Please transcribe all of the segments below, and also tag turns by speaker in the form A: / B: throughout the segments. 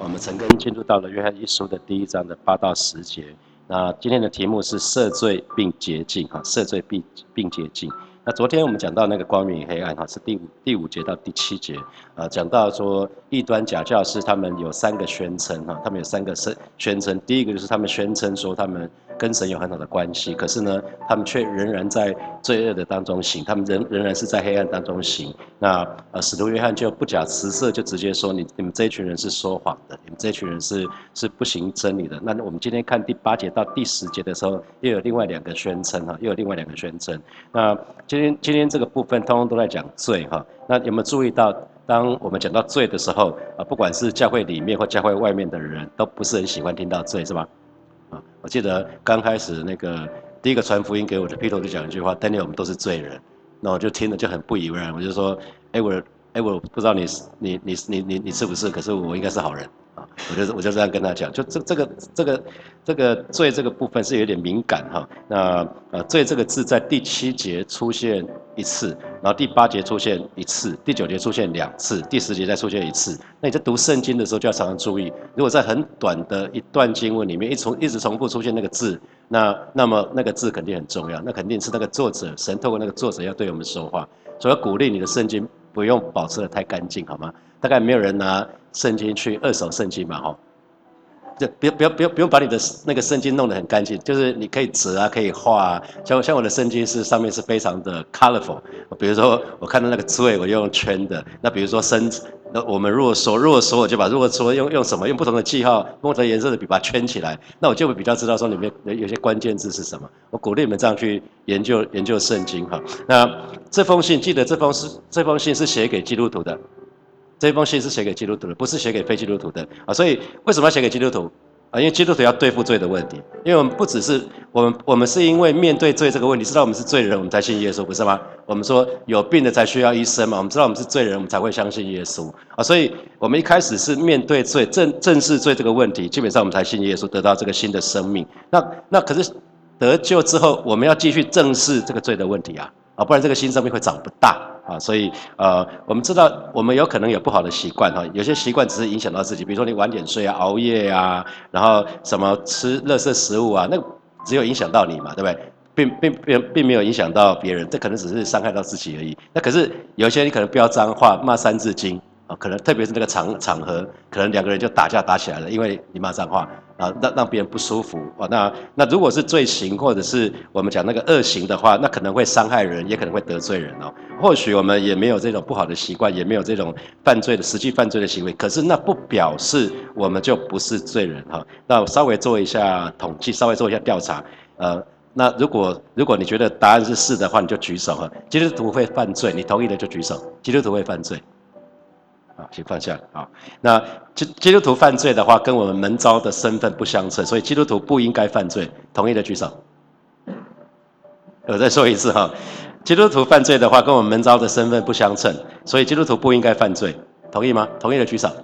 A: 我们陈根进入到了约翰一书的第1章的8到10节。那今天的题目是赦罪并洁净，赦罪并洁净。那昨天我们讲到那个光明与黑暗，是第五节到第7节，讲到说异端假教师他们有3个宣称，他们有3个宣称。第一个就是他们宣称说他们跟神有很好的关系，可是呢，他们却仍然在罪恶的当中行，他们仍然是在黑暗当中行。那使徒约翰就不假辞色，就直接说你们这一群人是说谎的，你们这一群人是不行真理的。那我们今天看第8节到第10节的时候，又有另外2个宣称，那今天这个部分通通都在讲罪哈。那有没有注意到，当我们讲到罪的时候，不管是教会里面或教会外面的人，都不是很喜欢听到罪，是吗？我记得刚开始那个第一个传福音给我的 Peter 就讲一句话 ，Daniel 我们都是罪人，那我就听了就很不以为然，我就说，我不知道你是不是，可是我应该是好人啊，我就这样跟他讲，就这个罪这个部分是有点敏感哈。那罪这个字在第7节出现1次，然后第8节出现1次，第9节出现2次，第10节再出现1次。那你在读圣经的时候就要常常注意，如果在很短的一段经文里面一直重复出现那个字，那么那个字肯定很重要，那肯定是那个作者，神透过那个作者要对我们说话，所以要鼓励你的圣经不用保持得太干净，好吗？大概没有人拿圣经去2手圣经嘛，哈。就不用把你的那个圣经弄得很干净，就是你可以折啊，可以画啊。像我的圣经上面是非常的 colorful， 比如说我看到那个罪，我用圈的。那比如说那我们若说我就把若说用什么，用不同的记号、不同颜色的笔把它圈起来，那我就会比较知道说里面有些关键字是什么。我鼓励你们这样去研究圣经哈。那这封信记得这封信是写给基督徒的。这封信是写给基督徒的，不是写给非基督徒的啊。所以为什么要写给基督徒啊？因为基督徒要对付罪的问题。因为我们不只是我们是因为面对罪这个问题，知道我们是罪人，我们才信耶稣，不是吗？我们说有病的才需要医生嘛。我们知道我们是罪人，我们才会相信耶稣啊。所以我们一开始是面对罪，正视罪这个问题，基本上我们才信耶稣，得到这个新的生命。那可是得救之后，我们要继续正视这个罪的问题啊，不然这个新生命会长不大。所以我们知道我们有可能有不好的习惯哈，有些习惯只是影响到自己，比如说你晚点睡啊、熬夜啊，然后什么吃垃圾食物啊，那只有影响到你嘛，对不对？并没有影响到别人，这可能只是伤害到自己而已。那可是有些人可能飙脏话、骂三字经啊，可能特别是那个场合，可能2个人就打起来了，因为你骂脏话啊，让别人不舒服啊。那如果是罪行或者是我们讲那个恶行的话，那可能会伤害人，也可能会得罪人哦。或许我们也没有这种不好的习惯，也没有这种实际犯罪的行为，可是那不表示我们就不是罪人哈。那我稍微做一下统计，稍微做一下调查，那如果你觉得答案是是的话，你就举手哈。基督徒会犯罪，你同意的就举手。基督徒会犯罪，好，请放下。好，那基督徒犯罪的话，跟我们门召的身份不相称，所以基督徒不应该犯罪。同意的举手。我再说一次哈。基督徒犯罪的话，跟我们门召的身份不相称，所以基督徒不应该犯罪，同意吗？同意的举手。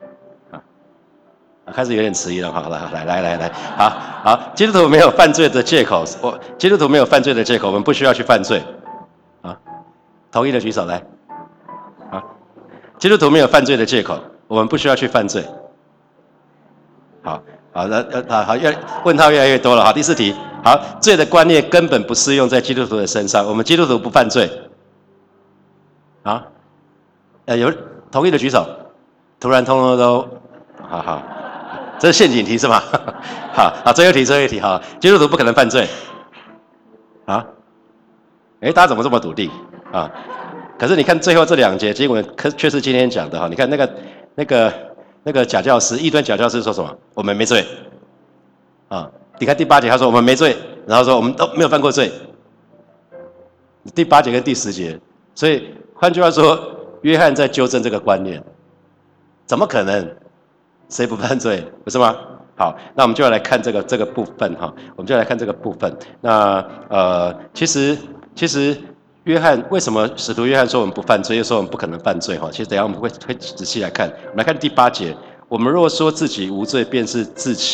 A: 开始有点迟疑了，好，来，好，基督徒没有犯罪的借口，基督徒没有犯罪的借口，我们不需要去犯罪，啊，同意的举手来，啊，基督徒没有犯罪的借口，我们不需要去犯罪，好，问号越来越多了，好，第4题。好，罪的观念根本不适用在基督徒的身上，我们基督徒不犯罪。啊，有同意的举手。突然通通都，好，这是陷阱题是吗？好，最后一题哈，基督徒不可能犯罪。啊，大家怎么这么笃定啊？可是你看最后这2节经文，却是今天讲的哈。你看那个假教师，异端假教师说什么？我们没罪。啊。你看第8节，他说我们没罪，然后说我们都没有犯过罪。第8节跟第10节，所以换句话说，约翰在纠正这个观念，怎么可能？谁不犯罪？不是吗？好，那我们就要来看这个部分哈，我们就来看这个部分。那其实为什么使徒约翰说我们不犯罪，又说我们不可能犯罪哈？其实等一下我们会仔细来看。我们来看第8节。我们若说自己无罪，便是自欺，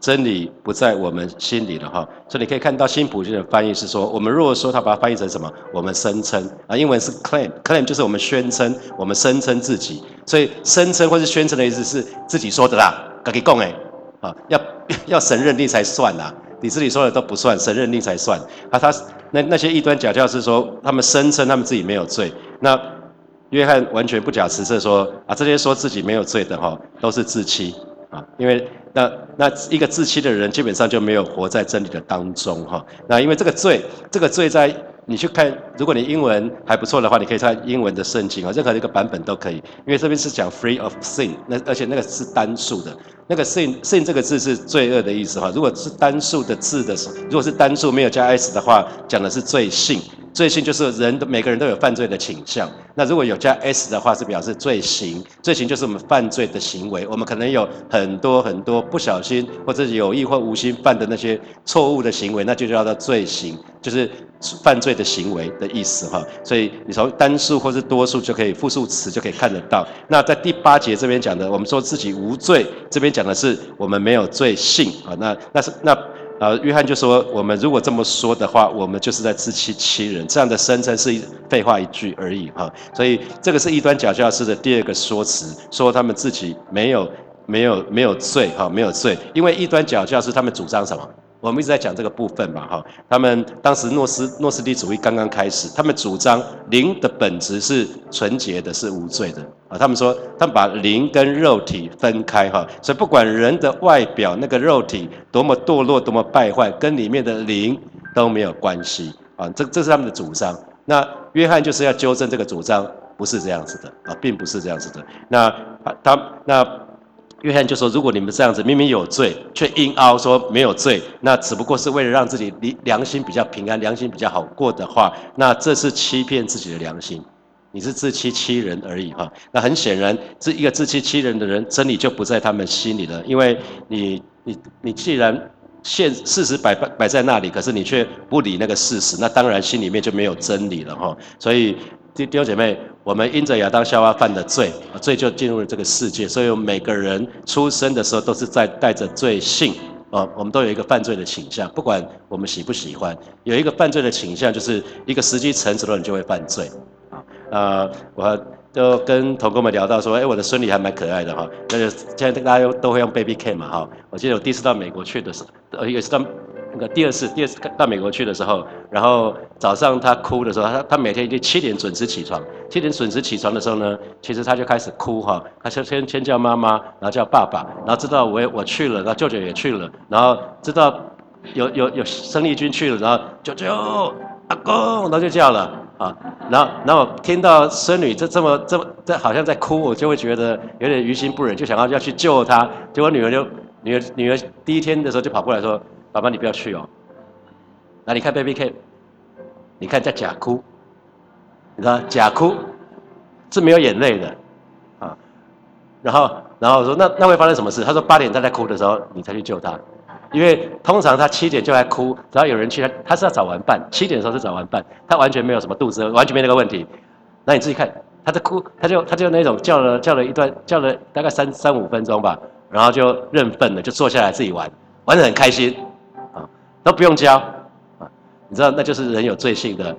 A: 真理不在我们心里了哈。所以你可以看到新普京的翻译是说，我们如果说他把它翻译成什么，我们声称啊，英文是 claim 就是我们宣称，我们声称自己。所以声称或是宣称的意思是自己说的啦，自己讲的啊，要神认定才算啦。你自己说的都不算，神认定才算。那些异端假教是说，他们声称他们自己没有罪。那约翰完全不假辞色说啊，这些说自己没有罪的哈，都是自欺啊，因为那一个自欺的人，基本上就没有活在真理的当中哈。那因为这个罪在你去看，如果你英文还不错的话，你可以看英文的圣经啊，任何一个版本都可以，因为这边是讲 free of sin， 而且那个是单数的。那个 sin 这个字是罪恶的意思哈，如果是单数的字的时候，如果是单数没有加 s 的话，讲的是罪性。罪性就是每个人都有犯罪的倾向。那如果有加 s 的话，是表示罪行。罪行就是我们犯罪的行为。我们可能有很多不小心或者有意或无心犯的那些错误的行为，那就叫做罪行，就是犯罪的行为的意思哈。所以你从单数或是多数就可以复数词就可以看得到。那在第8节这边讲的，我们说自己无罪，这边讲的是我们没有罪性啊。约翰就说，我们如果这么说的话，我们就是在自欺人。这样的声称是废话一句而已哈。所以这个是异端假教师的第2个说辞，说他们自己没有罪哈，没有罪。因为异端假教师他们主张什么？我们一直在讲这个部分嘛哈。他们当时诺斯底主义刚刚开始，他们主张灵的本质是纯洁的，是无罪的啊。他们说，他们把灵跟肉体分开哈，所以不管人的外表那个肉体多么堕落、多么败坏，跟里面的灵都没有关系啊。这是他们的主张。那约翰就是要纠正这个主张，不是这样子的啊，并不是这样子的。那约翰就说，如果你们这样子明明有罪，却硬凹说没有罪，那只不过是为了让自己良心比较平安，良心比较好过的话，那这是欺骗自己的良心，你是自欺人而已哈。那很显然，这一个自欺人的人，真理就不在他们心里了，因为你既然事实摆在那里，可是你却不理那个事实，那当然心里面就没有真理了哈。所以弟兄姐妹，我们因着亚当夏娃犯的罪，罪就进入了这个世界，所以我们每个人出生的时候都是带着罪性我们都有一个犯罪的倾向，不管我们喜不喜欢，有一个犯罪的倾向，就是一个时机成熟的人就会犯罪我就跟同工们聊到说，我的孙女还蛮可爱的哈。那个现在大家都会用 baby cam 嘛哈。我记得我第一次到美国去的时候，也是到那个第二次到美国去的时候，然后早上她哭的时候，她每天就7点准时起床。7点准时起床的时候呢，其实她就开始哭哈。她先叫妈妈，然后叫爸爸，然后知道我去了，然后舅舅也去了，然后知道有生力军去了，然后舅舅阿公，然后就叫了。然后听到孙女这好像在哭，我就会觉得有点于心不忍，就想要去救她。结果女儿第一天的时候就跑过来说：“爸爸，你不要去哦。那你看 baby K， 你看在假哭，你知道假哭是没有眼泪的啊。然后我说那会发生什么事？他说8点他在哭的时候你才去救他。”因为通常他7点就在哭，只要有人去，他是要早完饭，7点的时候是早完饭，他完全没有什么肚子，完全没那个问题。那你自己看，他在哭，他就那种叫了大概3-5分钟吧，然后就认份了，就坐下来自己玩得很开心都不用教你知道那就是人有罪性的，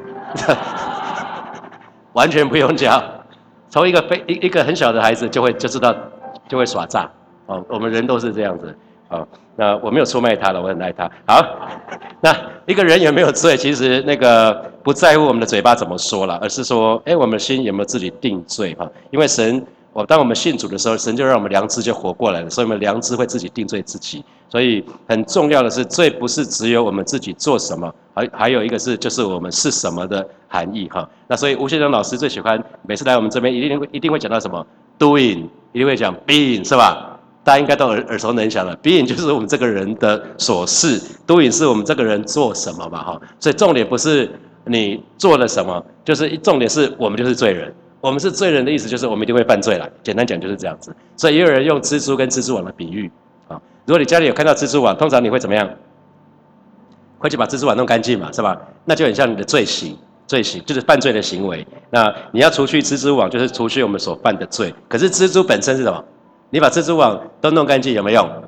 A: 完全不用教，从一个很小的孩子就知道就会耍诈我们人都是这样子。那我没有出卖他了，我很爱他。好，那一个人有没有罪，其实那个不在乎我们的嘴巴怎么说了，而是说，我们心有没有自己定罪因为神，当我们信主的时候，神就让我们良知就活过来了，所以我们良知会自己定罪自己。所以很重要的是，罪不是只有我们自己做什么，还有一个就是我们是什么的含义那所以吴先生老师最喜欢每次来我们这边一定会讲到什么 doing， 一定会讲 being 是吧？大家应该都耳熟能详了 ，being 就是我们这个人的所事 ，doing 是我们这个人做什么嘛所以重点不是你做了什么，就是重点是我们就是罪人。我们是罪人的意思就是我们一定会犯罪啦，简单讲就是这样子。所以也有人用蜘蛛跟蜘蛛网的比喻如果你家里有看到蜘蛛网，通常你会怎么样？会去把蜘蛛网弄干净嘛，是吧？那就很像你的罪行就是犯罪的行为。那你要除去蜘蛛网，就是除去我们所犯的罪。可是蜘蛛本身是什么？你把蜘蛛网都弄干净有没有用？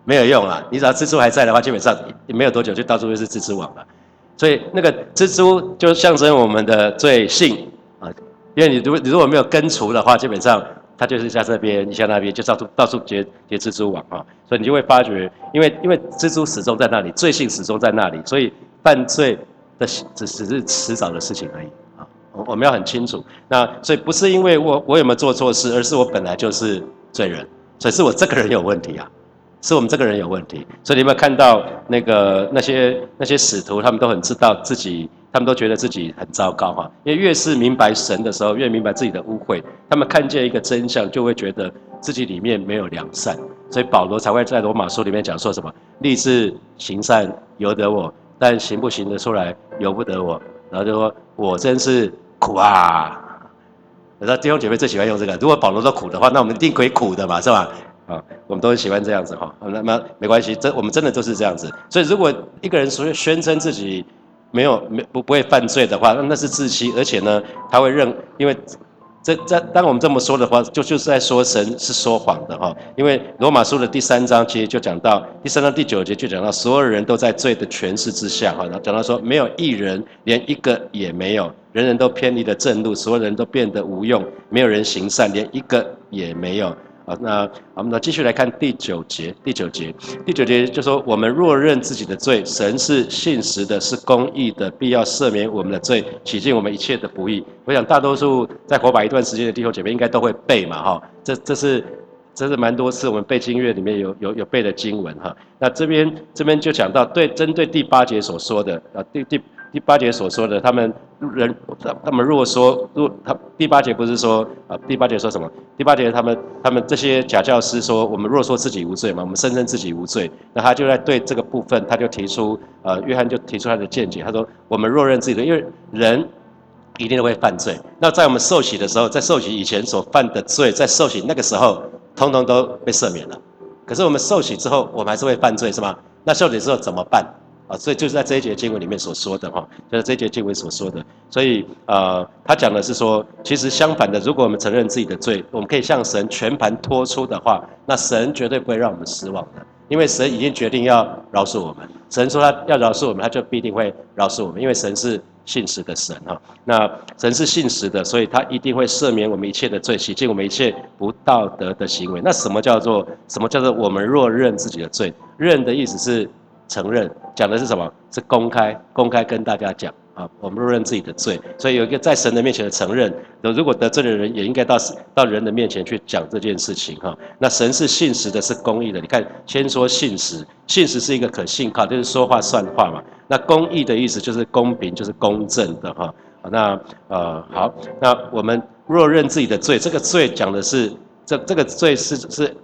A: 没有用啊。你只要蜘蛛还在的话，基本上没有多久就到处都是蜘蛛网了。所以那个蜘蛛就象征我们的罪性啊，因为你如果没有根除的话，基本上它就是在这边，你像那边就到处结蜘蛛网啊，所以你就会发觉，因为蜘蛛始终在那里，罪性始终在那里，所以犯罪的只是迟早的事情而已啊。我们要很清楚，那所以不是因为我有没有做错事，而是我本来就是罪人，所以是我这个人有问题啊。是我们这个人有问题，所以你有没有看到那些使徒，他们都很知道自己，他们都觉得自己很糟糕哈。因为越是明白神的时候，越明白自己的污秽，他们看见一个真相，就会觉得自己里面没有良善，所以保罗才会在罗马书里面讲说什么：立志行善由得我，但行不行得出来由不得我。然后就说我真是苦啊！那弟兄姐妹最喜欢用这个，如果保罗都苦的话，那我们一定可以苦的嘛，是吧？啊，我们都很喜欢这样子哈。那么没关系，我们真的都是这样子。所以如果一个人宣称自己不会犯罪的话，那是自欺，而且呢，他会因为当我们这么说的话，就是在说神是说谎的哈。因为罗马书的第3章其实就讲到第3章第9节就讲到所有人都在罪的权势之下哈，然后讲到说没有义人，连一个也没有，人人都偏离了正路，所有人都变得无用，没有人行善，连一个也没有。好，那我们继续来看第9节。第9节就说：我们若认自己的罪，神是信实的，是公义的，必要赦免我们的罪，洗净我们一切的不义。我想大多数在火把一段时间的弟兄姐妹应该都会背嘛，哈，这是蛮多次我们背经乐里面有背的经文哈。那这边就讲到针对第8节所说的第8节所说的，他们若说第8节不是说第8节说什么？第8节他们这些假教师说，我们若说自己无罪嘛，我们声称自己无罪，那他就在对这个部分，他就提出约翰就提出他的见解，他说我们若认自己的，因为人一定都会犯罪。那在我们受洗的时候，在受洗以前所犯的罪，在受洗那个时候，通通都被赦免了。可是我们受洗之后，我们还是会犯罪，是吗？那受洗之后怎么办？所以就是在这一节经文里面所说的哈，就是这一节经文所说的。所以他讲的是说，其实相反的，如果我们承认自己的罪，我们可以向神全盘托出的话，那神绝对不会让我们失望的，因为神已经决定要饶恕我们。神说他要饶恕我们，他就必定会饶恕我们，因为神是信实的神哈。那神是信实的，所以他一定会赦免我们一切的罪，洗净我们一切不道德的行为。那什么叫做我们若认自己的罪？认的意思是承认，讲的是什么？是公开跟大家讲啊，我们若认自己的罪，所以有一个在神的面前的承认。如果得罪的人，也应该到人的面前去讲这件事情哈。那神是信实的，是公义的。你看，先说信实，信实是一个可信靠，就是说话算话嘛。那公义的意思就是公平，就是公正的哈。那好，那我们若认自己的罪，这个罪讲的是。这个罪是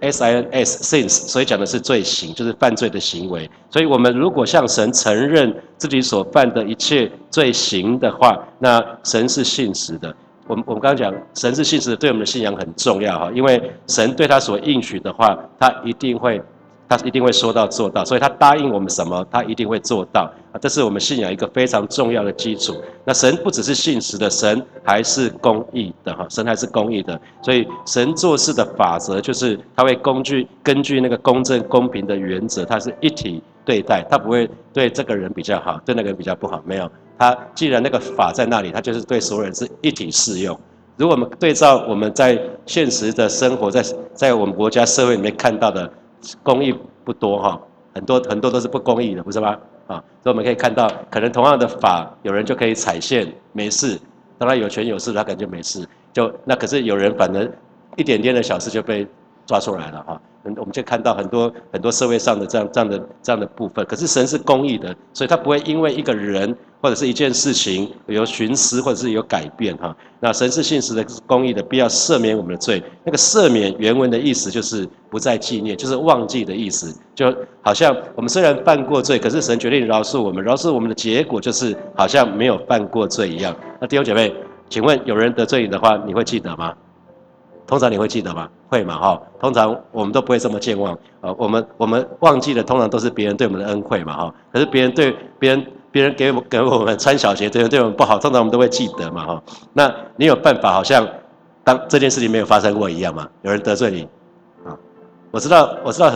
A: sins， 所以讲的是罪行，就是犯罪的行为。所以我们如果向神承认自己所犯的一切罪行的话，那神是信实的。我们刚刚讲神是信实的，对我们的信仰很重要哈，因为神对他所应许的话，他一定会说到做到，所以他答应我们什么，他一定会做到啊，这是我们信仰一个非常重要的基础。那神不只是信实的，神还是公义的哈，神还是公义的，所以神做事的法则就是他会根据那个公正公平的原则，他是一体对待，他不会对这个人比较好，对那个人比较不好，没有，他既然那个法在那里，他就是对所有人是一体适用。如果我们对照我们在现实的生活，在我们国家社会里面看到的公益不多哈，很多都是不公义的，不是吗？啊，所以我们可以看到，可能同样的法，有人就可以踩线没事，当然有权有势，他可能就没事，那可是有人反而一点点的小事就被抓出来了哈。我们就看到很多社会上的这样的部分。可是神是公义的，所以他不会因为一个人或者是一件事情有徇私或者是有改变哈。那神是信实的，是公义的，必要赦免我们的罪。那个赦免原文的意思就是不再纪念，就是忘记的意思。就好像我们虽然犯过罪，可是神决定饶恕我们，饶恕我们的结果就是好像没有犯过罪一样。那弟兄姐妹，请问有人得罪你的话，你会记得吗？通常你会记得吗？会嘛哈？通常我们都不会这么健忘，我们忘记的通常都是别人对我们的恩惠嘛哈。可是别人给我们穿小鞋，对我们不好，通常我们都会记得嘛哈。那你有办法好像当这件事情没有发生过一样吗？有人得罪你啊？我知道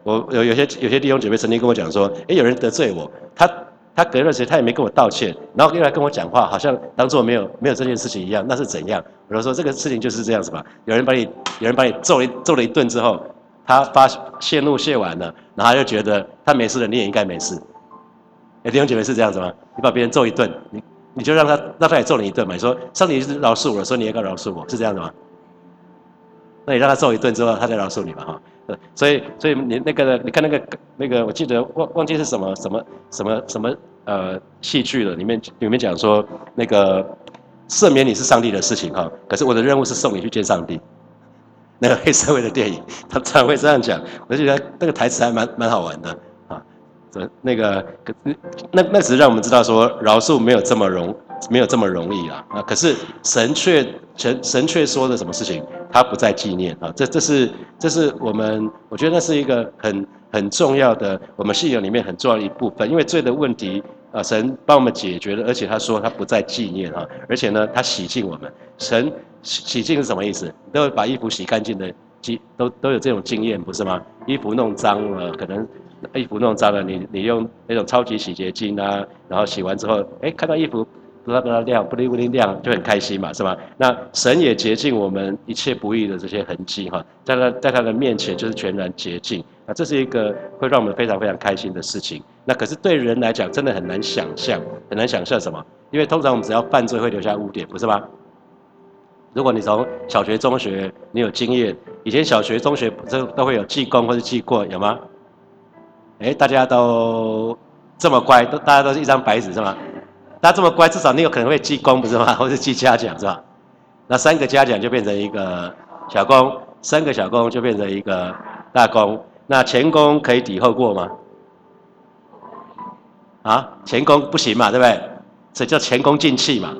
A: 我有些弟兄姐妹曾经跟我讲说，有人得罪我，他隔一段时间他也没跟我道歉，然后又来跟我讲话，好像当做没有这件事情一样，那是怎样？我就说这个事情就是这样子吧。有人把你揍了一顿之后，他泄怒泄完了，然后他就觉得他没事了，你也应该没事。弟兄姐妹是这样子吗？你把别人揍一顿，你就让他也揍你一顿嘛。你说上帝就是饶恕我，说你也该饶恕我，是这样的吗？那你让他揍一顿之后，他再饶恕你嘛哈。所以你那个你看那个，我记得忘记是什么戏剧了，里面讲说那个赦免你是上帝的事情哈，可是我的任务是送你去见上帝。那个黑社会的电影，他常会这样讲，我就觉得那个台词还蛮好玩的啊。那只是让我们知道说饶恕没有这么容易啦啊。可是神却说了什么事情，他不再纪念啊。这是我觉得那是一个很重要的我们信仰里面很重要的一部分，因为罪的问题啊，神帮我们解决了，而且他说他不再纪念啊，而且呢，他洗净我们。神洗净是什么意思？都会把衣服洗干净的，都有这种经验，不是吗？衣服弄脏了，可能衣服弄脏了，你用那种超级洗洁精啊，然后洗完之后，看到衣服不亮，不灵不灵亮，就很开心嘛，是吧？那神也洁净我们一切不义的这些痕迹哈，在他的面前就是全然洁净啊，这是一个会让我们非常非常开心的事情。那可是对人来讲，真的很难想象什么？因为通常我们只要犯罪会留下污点，不是吗？如果你从小学、中学你有经验，以前小学、中学都会有记功或是记过，有吗？大家都这么乖，大家都是一张白纸是吗？大家这么乖，至少你有可能会记功不是吗？或是记嘉奖是吧？那3个嘉奖就变成一个小功，3个小功就变成一个大功。那前功可以抵后过吗？啊，前功不行嘛，对不对？这叫前功尽弃嘛。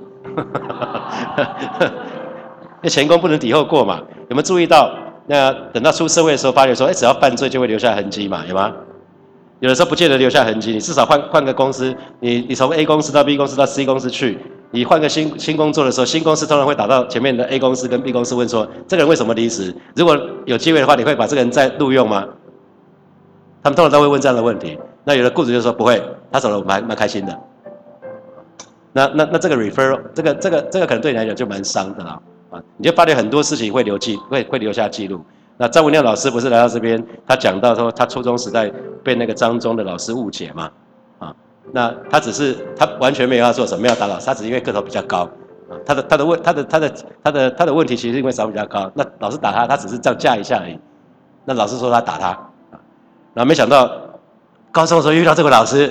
A: 那前功不能抵后过嘛？有没有注意到？那等到出社会的时候，发现说，只要犯罪就会留下痕迹嘛，有吗？有的时候不见得留下痕迹，你至少换个公司，你从 A 公司到 B 公司到 C 公司去，你换个新工作的时候，新公司通常会打到前面的 A 公司跟 B 公司问说，这个人为什么离职？如果有机会的话，你会把这个人再录用吗？他们通常都会问这样的问题。那有的雇主就说不会，他走了我蛮开心的。那这个 referral， 这个可能对你来讲就蛮伤的啦啊！你就发现很多事情会留下记录。那张文亮老师不是来到这边，他讲到说他初中时代被那个张中的老师误解嘛啊，那他完全没有要做什么，没有打老师，他只是因为个头比较高啊，他的问题其实是因为长比较高，那老师打他，他只是这样架一下而已。那老师说他打他，然后没想到高中的时候遇到这个老师。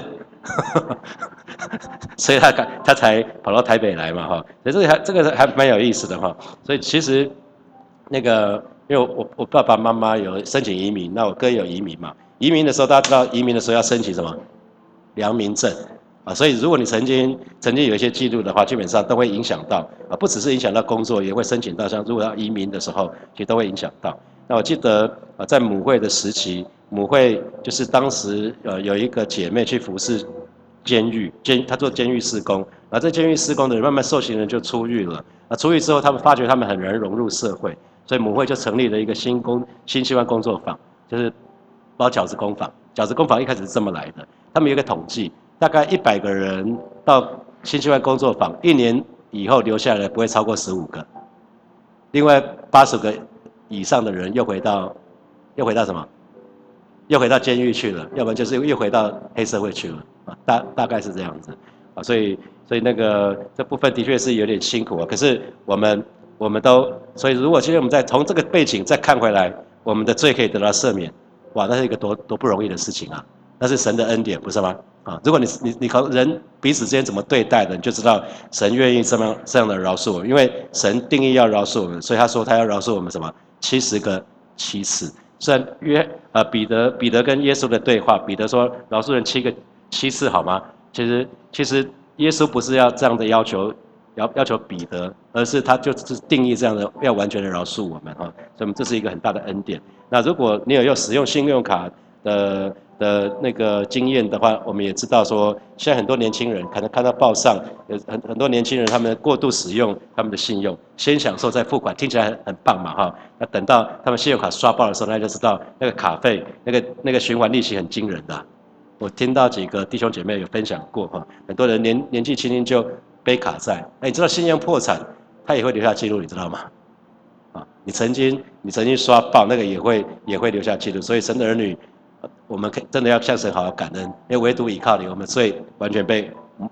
A: 所以他才跑到台北来嘛哈，所以这个还蛮有意思的哈。所以其实那个，因为我爸爸妈妈有申请移民，那我哥也有移民嘛。移民的时候，大家知道移民的时候要申请什么？良民证啊。所以如果你曾经有一些记录的话，基本上都会影响到啊，不只是影响到工作，也会申请到像如果要移民的时候，其实都会影响到。那我记得在母会的时期，母会就是当时有一个姐妹去服侍。他做监狱施工，然后在监狱施工的人慢慢受刑人就出狱了。出狱之后，他们发觉他们很难融入社会，所以母会就成立了一个新希望工作坊，就是包饺子工坊。饺子工坊一开始是这么来的，他们有一个统计，大概100个人到新希望工作坊，1年以后留下来不会超过15个，另外80个以上的人又回到什么？又回到监狱去了，要不然就是又回到黑社会去了啊，大概是这样子啊，所以那个这部分的确是有点辛苦啊。可是我们都，所以如果今天我们再从这个背景再看回来，我们的罪可以得到赦免，哇，那是一个多不容易的事情啊，那是神的恩典，不是吗？啊，如果你靠人彼此之间怎么对待的，你就知道神愿意这样的饶恕我们，因为神定义要饶恕我们，所以他说他要饶恕我们什么70个7次。虽然彼得跟耶稣的对话，彼得说饶恕人7次好吗？其实耶稣不是要这样的要求彼得，而是他就是定义这样的要完全的饶恕我们哈，所以这是一个很大的恩典。那如果你有使用信用卡的的那个经验的话，我们也知道说，现在很多年轻人可能看到报上有很多年轻人他们过度使用他们的信用，先享受再付款，听起来很棒嘛哈。那等到他们信用卡刷爆的时候，那就知道那个卡费那个循环利息很惊人的。我听到几个弟兄姐妹有分享过哈，很多人年纪轻轻就背卡债，你知道信用破产，他也会留下记录，你知道吗？你曾经刷爆那个也会留下记录，所以神的儿女，我们真的要向神好好感恩，因为唯独倚靠你，我们罪完全被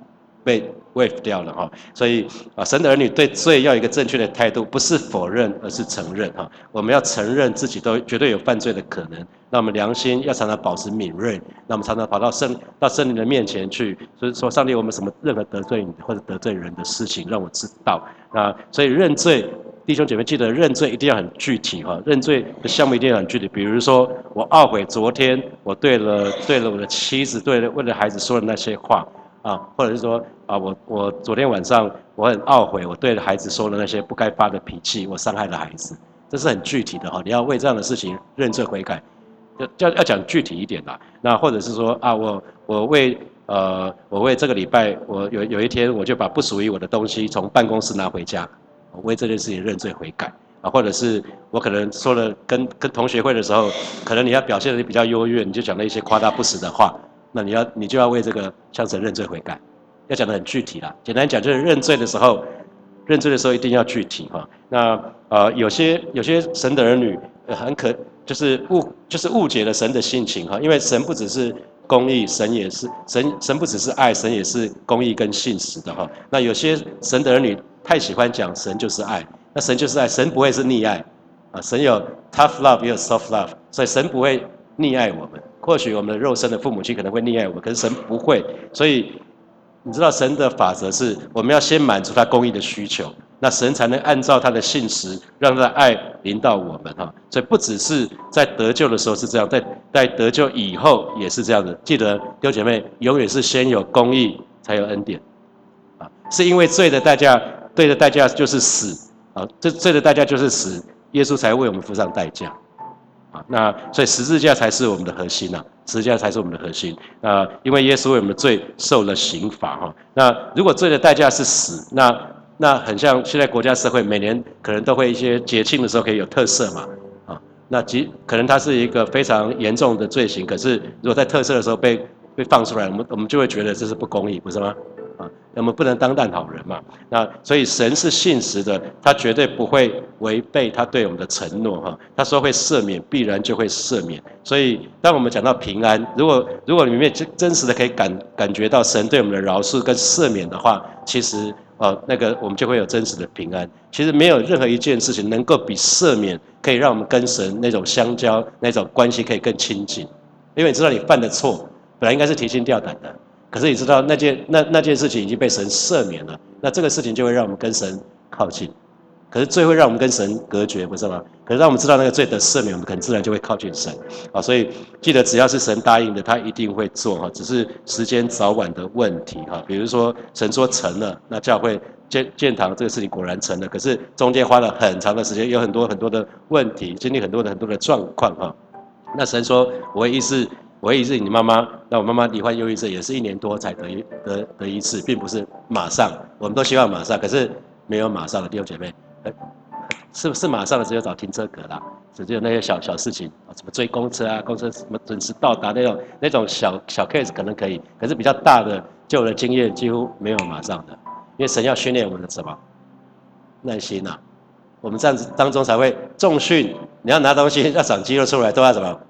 A: waive 掉了哈。所以神的儿女对罪要有一个正确的态度，不是否认，而是承认哈。我们要承认自己都绝对有犯罪的可能，那我们良心要常常保持敏锐，那我们常常跑到圣灵的面前去，所以说上帝，我们什么任何得罪你或者得罪人的事情，让我知道。那所以认罪。弟兄姐妹，记得认罪一定要很具体哈，认罪的项目一定要很具体。比如说，我懊悔昨天我对了我的妻子，为了孩子说的那些话啊，或者是说啊，我昨天晚上我很懊悔，我对了孩子说了那些不该发的脾气，我伤害了孩子，这是很具体的哈。你要为这样的事情认罪悔改，要讲具体一点啦。那或者是说啊，我为这个礼拜，我有一天我就把不属于我的东西从办公室拿回家。我为这件事情认罪悔改啊，或者是我可能说了跟同学会的时候，可能你要表现得比较优越，你就讲了一些夸大不实的话，那你就要为这个向神认罪悔改，要讲得很具体啦。简单讲就是认罪的时候一定要具体哈。那有些神的儿女就是误解了神的性情哈，因为神不只是公义，神不只是爱，神也是公义跟信实的哈。那有些神的儿女太喜欢讲神就是爱，那神就是爱，神不会是溺爱啊，神有 tough love 也有 soft love， 所以神不会溺爱我们。或许我们的肉身的父母亲可能会溺爱我们，可是神不会。所以你知道神的法则是，我们要先满足他公义的需求，那神才能按照他的信实，让他的爱临到我们哈。所以不只是在得救的时候是这样，在得救以后也是这样的。记得弟兄姐妹，永远是先有公义，才有恩典啊，是因为罪的代价就是死啊，这罪的代价就是死，耶稣才为我们付上代价。那所以十字架才是我们的核心啊，十字架才是我们的核心。因为耶稣为我们的罪受了刑罚哈。那如果罪的代价是死，那很像现在国家社会每年可能都会一些节庆的时候可以有特赦嘛，那可能它是一个非常严重的罪行，可是如果在特赦的时候被放出来，我们就会觉得这是不公义，不是吗？我们不能当烂好人嘛。那所以神是信实的，他绝对不会违背他对我们的承诺哈。他说会赦免，必然就会赦免。所以当我们讲到平安，如果里面真实的可以感觉到神对我们的饶恕跟赦免的话，其实那个我们就会有真实的平安。其实没有任何一件事情能够比赦免可以让我们跟神那种相交那种关系可以更亲近，因为你知道你犯的错本来应该是提心吊胆的。可是你知道那件事情已经被神赦免了，那这个事情就会让我们跟神靠近。可是罪会让我们跟神隔绝，不是吗？可是让我们知道那个罪得赦免，我们可能自然就会靠近神啊。所以记得只要是神答应的，他一定会做哈，只是时间早晚的问题哈。比如说神说成了，那教会建堂这个事情果然成了，可是中间花了很长的时间，有很多的问题，经历很多的状况哈。那神说我会医治你妈妈，那我妈妈罹患忧郁症也是1年多才得一次，并不是马上，我们都希望马上，可是没有马上的弟兄姐妹，是马上的只有找停车格啦，只有那些小事情，什么追公车啊，公车什么准时到达那种小 case 可能可以，可是比较大的旧的经验几乎没有马上的，因为神要训练我们的什么耐心啊，我们这样子当中才会重训，你要拿东西要长肌肉出来都要什么？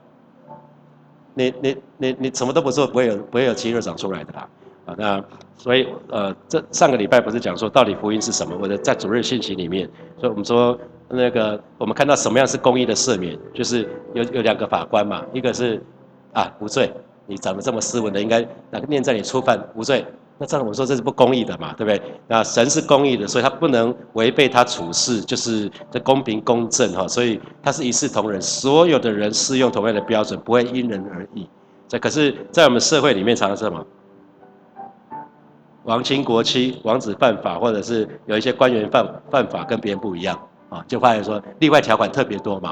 A: 你什么都不做，不会有肌肉长出来的啦。那所以这上个礼拜不是讲说到底福音是什么？或者在主日信息里面，所以我们说那个我们看到什么样是公义的赦免，就是有2个法官嘛，一个是无罪，你长得这么斯文的，应该念在你初犯无罪。那这样我们说这是不公义的嘛，对不对？那神是公义的，所以他不能违背他处事，就是这公平公正哈，所以他是一视同仁，所有的人适用同样的标准，不会因人而异。可是，在我们社会里面常常是什么？王亲国戚、王子犯法，或者是有一些官员犯法跟别人不一样啊，就发现说例外条款特别多嘛哈。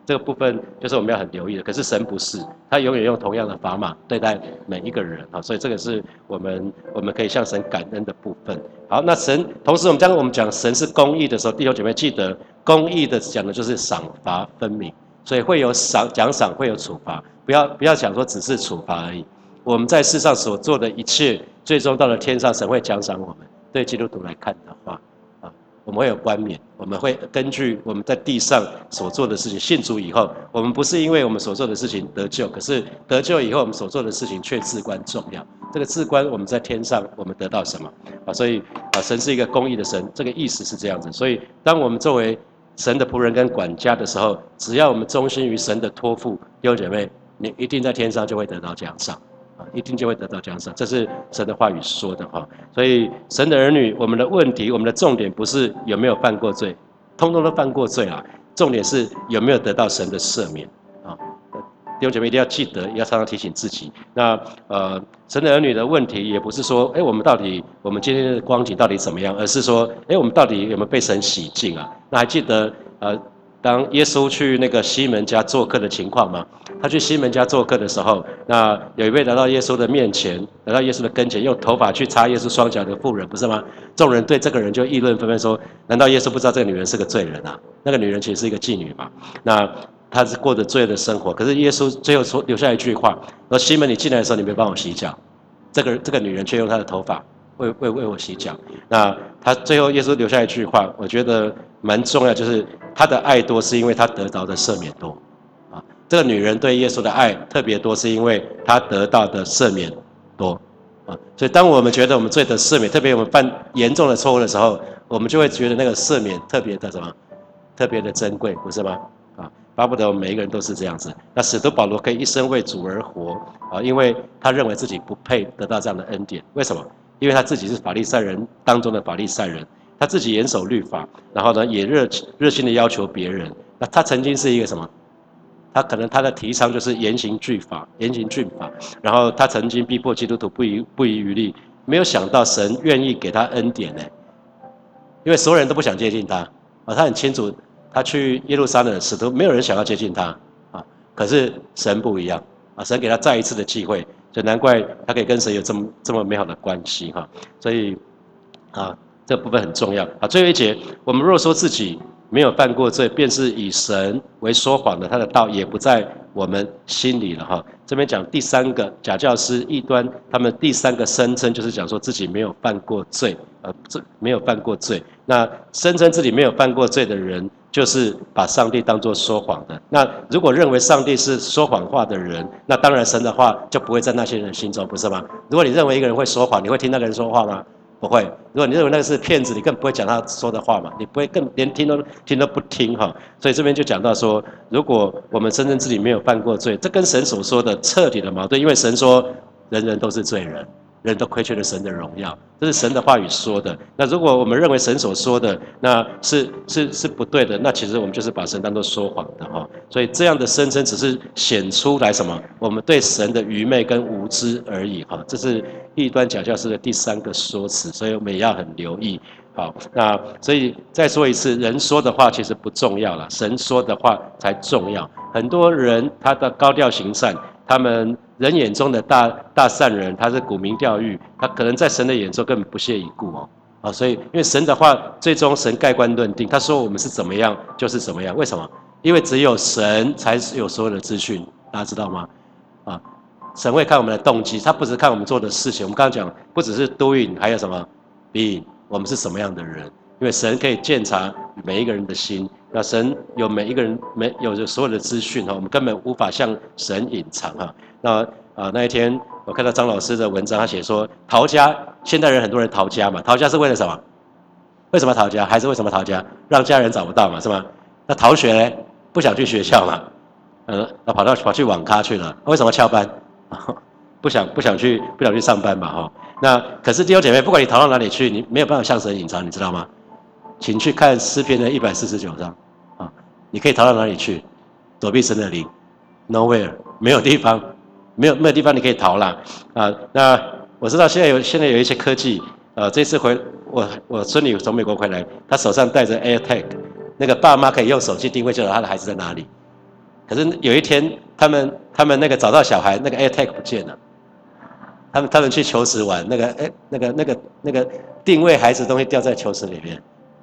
A: 这个部分就是我们要很留意的。可是神不是，他永远用同样的砝码对待每一个人啊，所以这个是我们可以向神感恩的部分。好，那神同时我们讲神是公义的时候，弟兄姐妹记得，公义的讲的就是赏罚分明，所以会有奖赏，会有处罚，不要想说只是处罚而已。我们在世上所做的一切，最终到了天上，神会奖赏我们。对基督徒来看的话，我们会有冠冕，我们会根据我们在地上所做的事情，信主以后，我们不是因为我们所做的事情得救，可是得救以后，我们所做的事情却至关重要。这个至关，我们在天上我们得到什么所以神是一个公义的神，这个意思是这样子。所以当我们作为神的仆人跟管家的时候，只要我们忠心于神的托付，弟兄姐妹，你一定在天上就会得到奖赏。一定就会得到奖赏，这是神的话语说的哈。所以神的儿女，我们的问题，我们的重点不是有没有犯过罪，通通都犯过罪啦。重点是有没有得到神的赦免啊。弟兄姐妹一定要记得，要常常提醒自己。那神的儿女的问题，也不是说，我们今天的光景到底怎么样，而是说，我们到底有没有被神洗净啊？那还记得当耶稣去那个西门家做客的情况吗？他去西门家做客的时候，那有一位来到耶稣的面前，来到耶稣的跟前，用头发去擦耶稣双脚的妇人，不是吗？众人对这个人就议论纷纷说：难道耶稣不知道这个女人是个罪人啊？那个女人其实是一个妓女嘛。那她是过着罪恶的生活，可是耶稣最后留下一句话：说西门，你进来的时候，你没帮我洗脚。这个女人却用她的头发为我洗脚。那她最后耶稣留下一句话，我觉得蛮重要，就是她的爱多，是因为她得到的赦免多。这个女人对耶稣的爱特别多，是因为她得到的赦免多所以当我们觉得我们罪得赦免，特别我们犯严重的错误的时候，我们就会觉得那个赦免特别的什么，特别的珍贵，不是吗？巴不得我们每一个人都是这样子。那使徒保罗可以一生为主而活因为他认为自己不配得到这样的恩典。为什么？因为他自己是法利赛人当中的法利赛人，他自己严守律法，然后呢也热心的要求别人。那他曾经是一个什么？他可能他的提倡就是严刑峻法，然后他曾经逼迫基督徒不遗余力，没有想到神愿意给他恩典呢，因为所有人都不想接近他他很清楚，他去耶路撒冷的使徒没有人想要接近他可是神不一样神给他再一次的机会，就难怪他可以跟神有这么美好的关系所以这部分很重要最后一节，我们若说自己没有犯过罪，便是以神为说谎的，他的道也不在我们心里了这边讲第三个假教师异端，他们第三个声称就是讲说自己没有犯过罪没有犯过罪。那声称自己没有犯过罪的人，就是把上帝当作说谎的。那如果认为上帝是说谎话的人，那当然神的话就不会在那些人心中，不是吗？如果你认为一个人会说谎，你会听那个人说话吗？不会。如果你认为那个是骗子，你更不会讲他说的话嘛，你不会连听都不听所以这边就讲到说，如果我们声称自己没有犯过罪，这跟神所说的彻底的矛盾，因为神说人人都是罪人，人都亏缺了神的荣耀，这是神的话语说的。那如果我们认为神所说的那是不对的，那其实我们就是把神当作说谎的所以这样的声称只是显出来什么？我们对神的愚昧跟无知而已这是异端假教师的第三个说辞，所以我们也要很留意那所以再说一次，人说的话其实不重要了，神说的话才重要。很多人他的高调行善，他们人眼中的大善人，他是沽名钓誉，他可能在神的眼中根本不屑一顾所以因为神的话最终神盖棺论定，他说我们是怎么样就是怎么样。为什么？因为只有神才有所有的资讯，大家知道吗神会看我们的动机，他不只看我们做的事情。我们刚刚讲不只是 doing， 还有什么 being， 我们是什么样的人。因为神可以鉴察每一个人的心，那神有每一个人有着所有的资讯我们根本无法向神隐藏那一天我看到张老师的文章，他写说逃家，现代人很多人逃家嘛，逃家是为了什么？为什么逃家？还是为什么逃家？让家人找不到嘛，是吗？那逃学呢？不想去学校嘛，那跑去网咖去了，为什么翘班？不想去上班嘛那可是弟兄姐妹，不管你逃到哪里去，你没有办法向神隐藏，你知道吗？请去看诗篇的149章你可以逃到哪里去？躲避神的灵 ，nowhere， 没有地方，没有地方你可以逃啦那我知道现在有一些科技这次我孙女从美国回来，她手上带着 AirTag， 那个爸妈可以用手机定位，知道她的孩子在哪里可是有一天，他们那个找到小孩，那个 AirTag 不见了。他们去球池玩，那个定位孩子的东西掉在球池里面。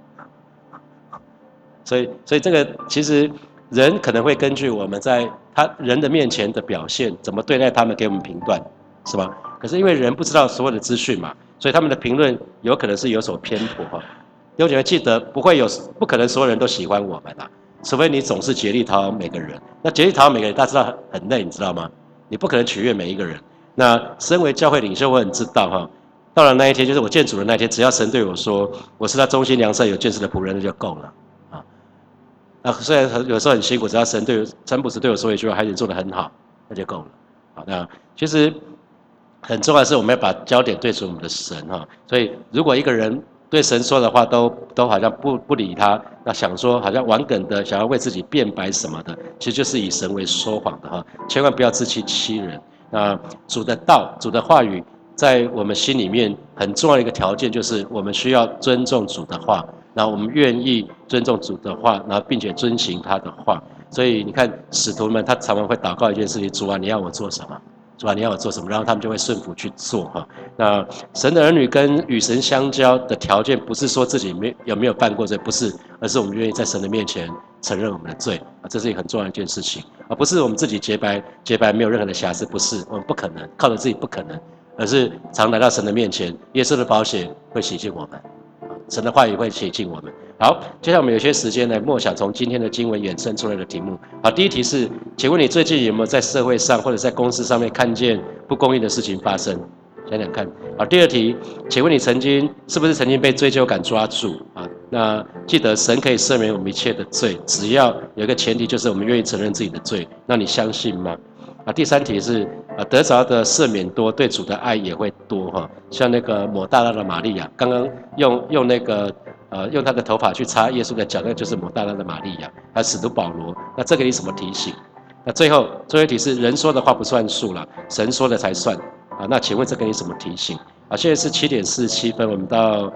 A: 所以这个其实人可能会根据我们在人的面前的表现，怎么对待他们，给我们评断，是吧？可是因为人不知道所有的资讯嘛，所以他们的评论有可能是有所偏颇哈。弟兄姐妹记得，不可能所有人都喜欢我们啦，除非你总是竭力讨好每个人。那竭力讨好每个人，大家知道很累，你知道吗？你不可能取悦每一个人。那身为教会领袖，我很知道哈。到了那一天，就是我见主的那一天，只要神对我说我是他忠心良善有见识的仆人，那就够了。那虽然有时候很辛苦，只要神不是对我说一句话，孩子做得很好，那就够了。好，那其实很重要的是我们要把焦点对准我们的神哈。所以如果一个人对神说的话都好像不理他，那想说好像玩梗的，想要为自己辩白什么的，其实就是以神为说谎的哈。千万不要自欺欺人。那主的道、主的话语，在我们心里面很重要的一个条件，就是我们需要尊重主的话。然后我们愿意尊重主的话，然后并且遵行他的话。所以你看使徒们，他常常会祷告一件事情：主啊，你要我做什么？主啊，你要我做什么？然后他们就会顺服去做哈。那神的儿女跟与神相交的条件，不是说自己有没有犯过罪，不是，而是我们愿意在神的面前承认我们的罪啊，这是一个很重要的一件事情啊，不是我们自己洁白没有任何的瑕疵，不是，我们不可能靠着自己不可能，而是常来到神的面前，耶稣的宝血会洗净我们。神的话语会写进我们。好，接下来我们有些时间来默想从今天的经文衍生出来的题目。好，第一题是，请问你最近有没有在社会上或者在公司上面看见不公义的事情发生？想想看。好，第二题，请问你是不是曾经被追究感抓住啊？那记得神可以赦免我们一切的罪，只要有一个前提，就是我们愿意承认自己的罪。那你相信吗？啊，第三题是得着的赦免多，对主的爱也会多哈。像那个抹大拉的玛利亚，刚刚用那个用他的头发去擦耶稣的脚，那就是抹大拉的玛利亚。还有使徒保罗，那这个你什么提醒？那最后一题是人说的话不算数了，神说的才算啊。那请问这个你什么提醒？啊，现在是7:47，我们到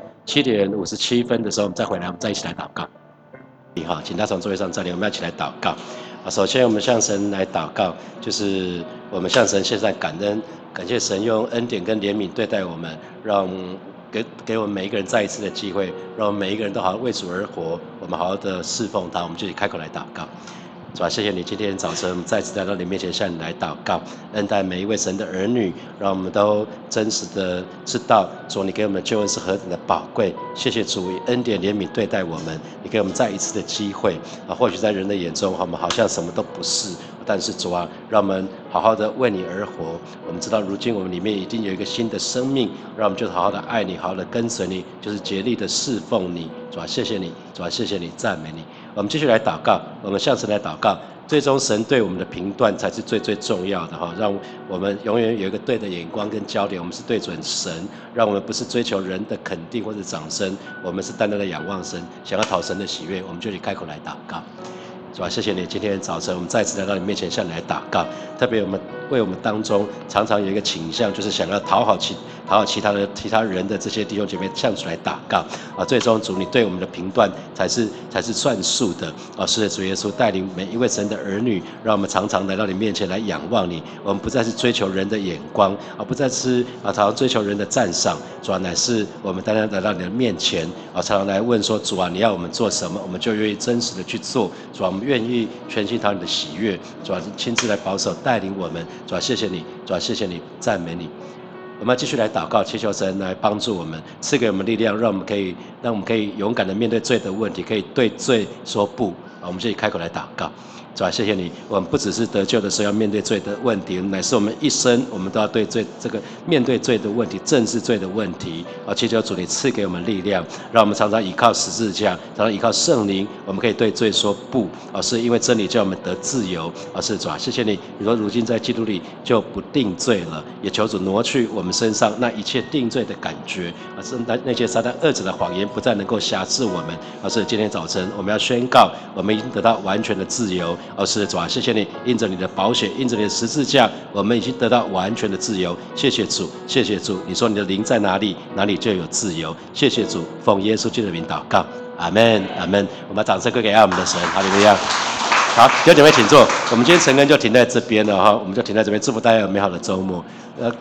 A: 7:57的时候，我们再回来，我们再一起来祷告。好，请大家从座位上站立，我们要一起来祷告。首先我们向神来祷告，就是我们向神献上感恩，感谢神用恩典跟怜悯对待我们，让给我们每一个人再一次的机会，让我们每一个人都好好为主而活，我们好好的侍奉他，我们就开口来祷告。主啊，谢谢你今天早晨我们再次来到你面前，向你来祷告，恩待每一位神的儿女，让我们都真实的知道，主你给我们的救恩是何等的宝贵。谢谢主以恩典怜悯对待我们，你给我们再一次的机会啊！或许在人的眼中，我们好像什么都不是，但是主啊，让我们好好的为你而活。我们知道如今我们里面已经有一个新的生命，让我们就好好的爱你，好好的跟随你，就是竭力的侍奉你。主啊，谢谢你，主啊，谢谢你，赞美你。我们继续来祷告，我们向神来祷告，最终神对我们的评断才是最重要的哈，让我们永远有一个对的眼光跟焦点，我们是对准神，让我们不是追求人的肯定或者掌声，我们是单单的仰望神，想要讨神的喜悦，我们就去开口来祷告。主啊，谢谢你，今天早晨我们再次来到你面前，向你来祷告。特别我们为我们当中常常有一个倾向，就是想要讨好其他人的这些弟兄姐妹，向主来祷告啊。最终主你对我们的评断才是算数的啊。是的，主耶稣带领每一位神的儿女，让我们常常来到你面前来仰望你。我们不再是追求人的眼光，而不再是常常追求人的赞赏。主啊，乃是我们单单来到你的面前啊，常常来问说，主啊，你要我们做什么，我们就愿意真实的去做。主啊，我们愿意全心讨你的喜悦。主啊，亲自来保守带领我们。主啊，谢谢你，主啊，谢谢你，赞美你。我们要继续来祷告，祈求神来帮助我们，赐给我们力量，让我们可以勇敢的面对罪的问题，可以对罪说不啊！我们就开口来祷告。主啊，谢谢你，我们不只是得救的时候要面对罪的问题，乃是我们一生我们都要对罪面对罪的问题，正视罪的问题啊！祈求主你赐给我们力量，让我们常常依靠十字架，常常依靠圣灵，我们可以对罪说不啊！是因为真理叫我们得自由啊！是主啊，谢谢你，你说如今在基督里就不定罪了，也求主挪去我们身上那一切定罪的感觉啊！是那些撒旦恶者的谎言不再能够辖制我们啊！是今天早晨我们要宣告，我们已经得到完全的自由。是主啊，谢谢你，因着你的宝血，因着你的十字架，我们已经得到完全的自由。谢谢主，谢谢主。你说你的灵在哪里，哪里就有自由。谢谢主，奉耶稣基督的名祷告，阿门，阿门。我们把掌声归给爱我们的神，哈利路亚。 好，弟兄姐妹请坐。我们今天晨更就停在这边了哈，我们就停在这边，祝福大家有美好的周末。